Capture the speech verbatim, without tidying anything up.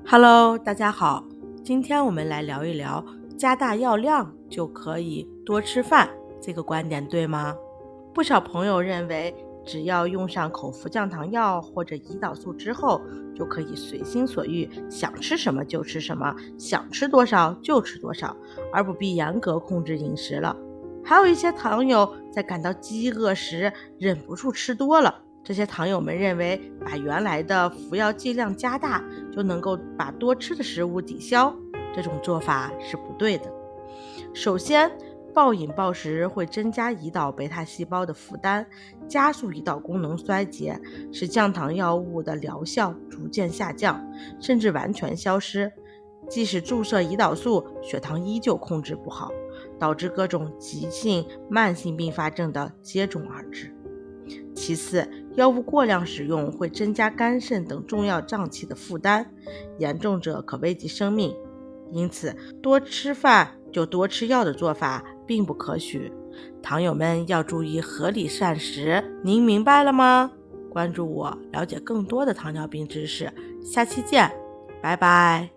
Hello，大家好，今天我们来聊一聊加大药量就可以多吃饭，这个观点对吗？不少朋友认为，只要用上口服降糖药或者胰岛素之后，就可以随心所欲，想吃什么就吃什么，想吃多少就吃多少，而不必严格控制饮食了。还有一些糖友在感到饥饿时忍不住吃多了，这些糖友们认为把原来的服药剂量加大就能够把多吃的食物抵消，这种做法是不对的。首先，暴饮暴食会增加胰岛贝塔细胞的负担，加速胰岛功能衰竭，使降糖药物的疗效逐渐下降，甚至完全消失。即使注射胰岛素，血糖依旧控制不好，导致各种急性慢性并发症的接踵而至。其次，药物过量使用会增加肝肾等重要脏器的负担，严重者可危及生命。因此，多吃饭就多吃药的做法并不可取，糖友们要注意合理膳食。您明白了吗？关注我，了解更多的糖尿病知识。下期见，拜拜。